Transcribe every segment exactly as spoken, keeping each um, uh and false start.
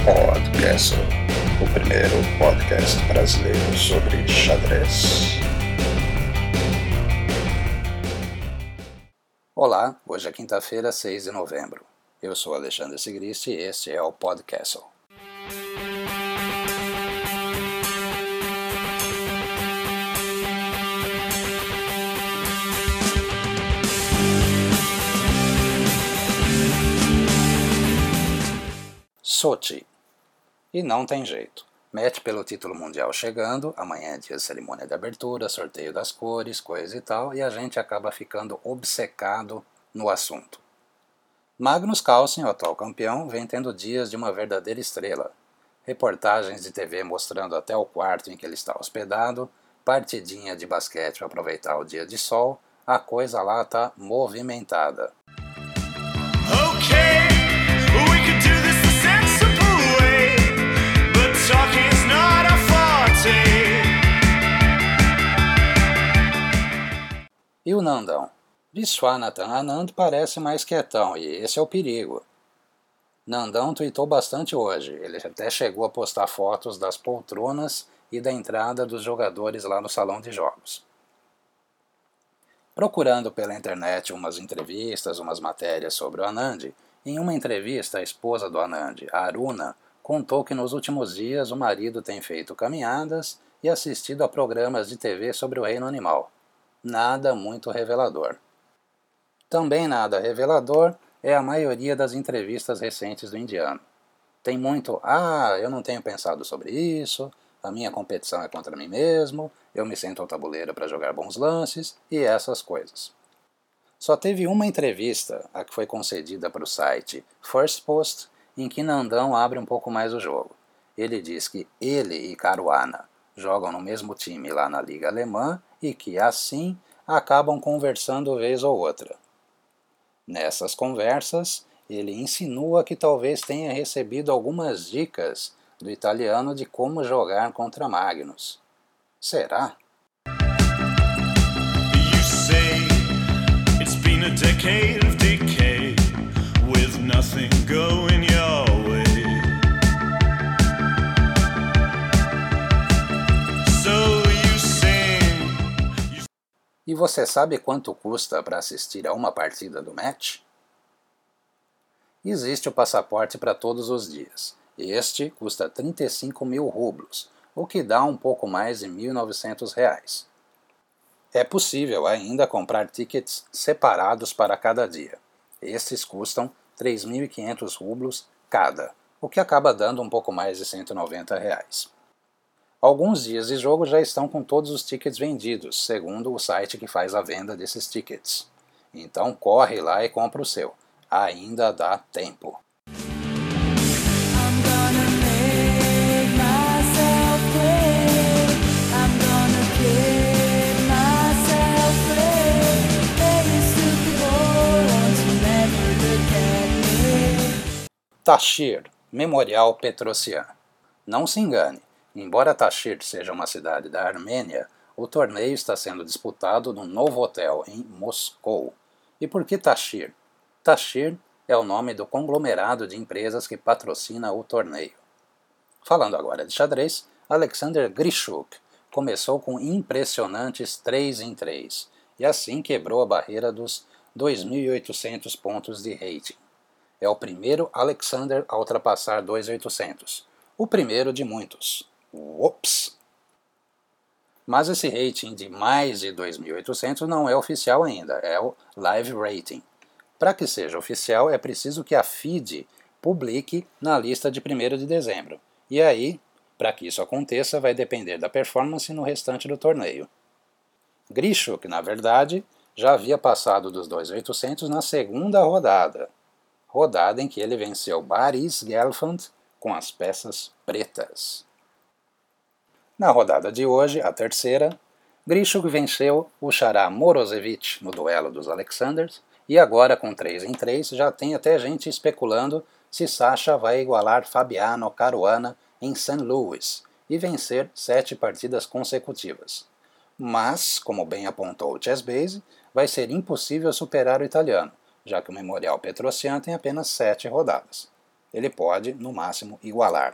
Podcast, o primeiro podcast brasileiro sobre xadrez. Olá, hoje é quinta-feira, seis de novembro. Eu sou Alexandre Sigrist e este é o Podcast. Sochi. E não tem jeito. Match pelo título mundial chegando, amanhã é dia de cerimônia de abertura, sorteio das cores, coisa e tal, e a gente acaba ficando obcecado no assunto. Magnus Carlsen, o atual campeão, vem tendo dias de uma verdadeira estrela. Reportagens de T V mostrando até o quarto em que ele está hospedado, partidinha de basquete para aproveitar o dia de sol, a coisa lá tá movimentada. Okay, we could do this the sensible way, but talking's not our forte. E o Nandão? Viswanathan Anand parece mais quietão, e esse é o perigo. Nandão tweetou bastante hoje, ele até chegou a postar fotos das poltronas e da entrada dos jogadores lá no salão de jogos. Procurando pela internet umas entrevistas, umas matérias sobre o Anand, em uma entrevista a esposa do Anand, a Aruna, contou que nos últimos dias o marido tem feito caminhadas e assistido a programas de T V sobre o reino animal. Nada muito revelador. Também nada revelador é a maioria das entrevistas recentes do indiano. Tem muito, ah, eu não tenho pensado sobre isso, a minha competição é contra mim mesmo, eu me sento ao tabuleiro para jogar bons lances e essas coisas. Só teve uma entrevista, a que foi concedida para o site First Post, em que Nandão abre um pouco mais o jogo. Ele diz que ele e Caruana jogam no mesmo time lá na Liga Alemã e que, assim, acabam conversando vez ou outra. Nessas conversas, ele insinua que talvez tenha recebido algumas dicas do italiano de como jogar contra Magnus. Será? You say it's been a decade of decay, with nothing going your way. So you sing. E você sabe quanto custa para assistir a uma partida do match? Existe o passaporte para todos os dias. Este custa trinta e cinco mil rublos, o que dá um pouco mais de mil e novecentos reais. É possível ainda comprar tickets separados para cada dia. Estes custam três mil e quinhentos rublos cada, o que acaba dando um pouco mais de cento e noventa reais. Alguns dias de jogo já estão com todos os tickets vendidos, segundo o site que faz a venda desses tickets. Então corre lá e compra o seu. Ainda dá tempo. Tashir, Memorial Petrosian. Não se engane, embora Tashir seja uma cidade da Armênia, o torneio está sendo disputado num novo hotel em Moscou. E por que Tashir? Tashir é o nome do conglomerado de empresas que patrocina o torneio. Falando agora de xadrez, Alexander Grischuk começou com impressionantes três em três, e assim quebrou a barreira dos dois mil e oitocentos pontos de rating. É o primeiro Alexander a ultrapassar dois mil e oitocentos, o primeiro de muitos. Ups! Mas esse rating de mais de dois mil e oitocentos não é oficial ainda, é o Live Rating. Para que seja oficial, é preciso que a F I D E publique na lista de primeiro de dezembro. E aí, para que isso aconteça, vai depender da performance no restante do torneio. Grischuk, na verdade, já havia passado dos dois mil e oitocentos na segunda rodada. Rodada em que ele venceu Boris Gelfand com as peças pretas. Na rodada de hoje, a terceira, Grischuk venceu o xará Morozevich no duelo dos Alexanders, e agora com três em três já tem até gente especulando se Sasha vai igualar Fabiano Caruana em Saint Louis e vencer sete partidas consecutivas. Mas, como bem apontou o Chessbase, vai ser impossível superar o italiano, já que o Memorial Petrosian tem apenas sete rodadas. Ele pode, no máximo, igualar.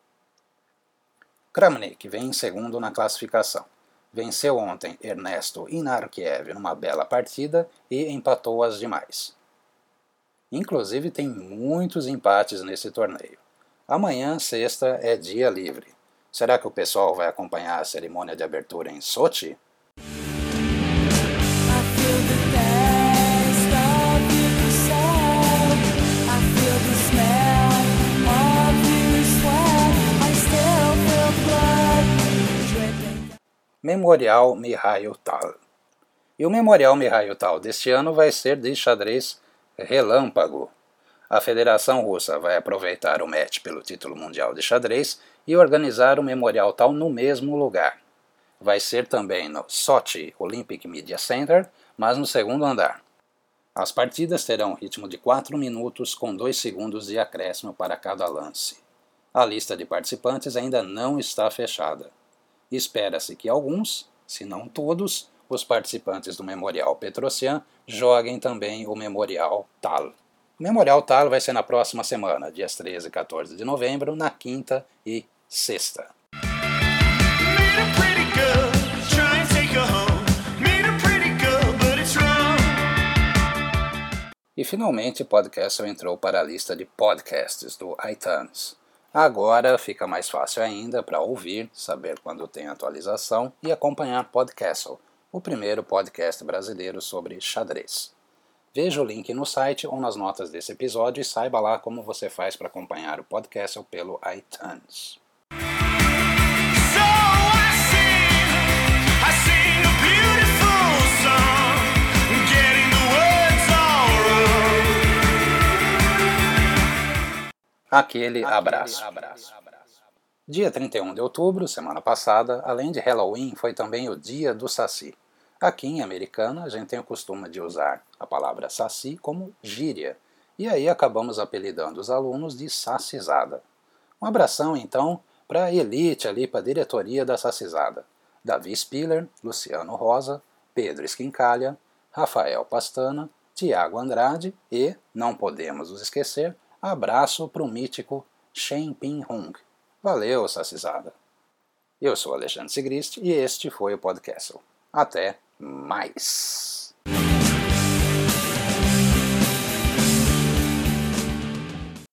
Kramnik vem em segundo na classificação. Venceu ontem Ernesto Inarkiev numa bela partida e empatou as demais. Inclusive tem muitos empates nesse torneio. Amanhã, sexta, é dia livre. Será que o pessoal vai acompanhar a cerimônia de abertura em Sochi? Memorial Mikhail Tal. E o Memorial Mikhail Tal deste ano vai ser de xadrez relâmpago. A Federação Russa vai aproveitar o match pelo título mundial de xadrez e organizar o Memorial Tal no mesmo lugar. Vai ser também no Sochi Olympic Media Center, mas no segundo andar. As partidas terão um ritmo de quatro minutos com dois segundos de acréscimo para cada lance. A lista de participantes ainda não está fechada. Espera-se que alguns, se não todos, os participantes do Memorial Petrosian joguem também o Memorial Tal. O Memorial Tal vai ser na próxima semana, dias treze e quatorze de novembro, na quinta e sexta. E finalmente Podcastle entrou para a lista de podcasts do iTunes. Agora fica mais fácil ainda para ouvir, saber quando tem atualização e acompanhar Podcastle, o primeiro podcast brasileiro sobre xadrez. Veja o link no site ou nas notas desse episódio e saiba lá como você faz para acompanhar o Podcastle pelo iTunes. Aquele abraço. Dia trinta e um de outubro, semana passada, além de Halloween, foi também o dia do Saci. Aqui em Americana, a gente tem o costume de usar a palavra Saci como gíria, e aí acabamos apelidando os alunos de Sacizada. Um abração, então, para a elite ali, para a diretoria da Sacizada. Davi Spiller, Luciano Rosa, Pedro Esquincalha, Rafael Pastana, Tiago Andrade e, não podemos nos esquecer, abraço para o mítico Shen Ping Hung. Valeu, Sacizada! Eu sou Alexandre Sigrist e este foi o Podcastle. Até mais!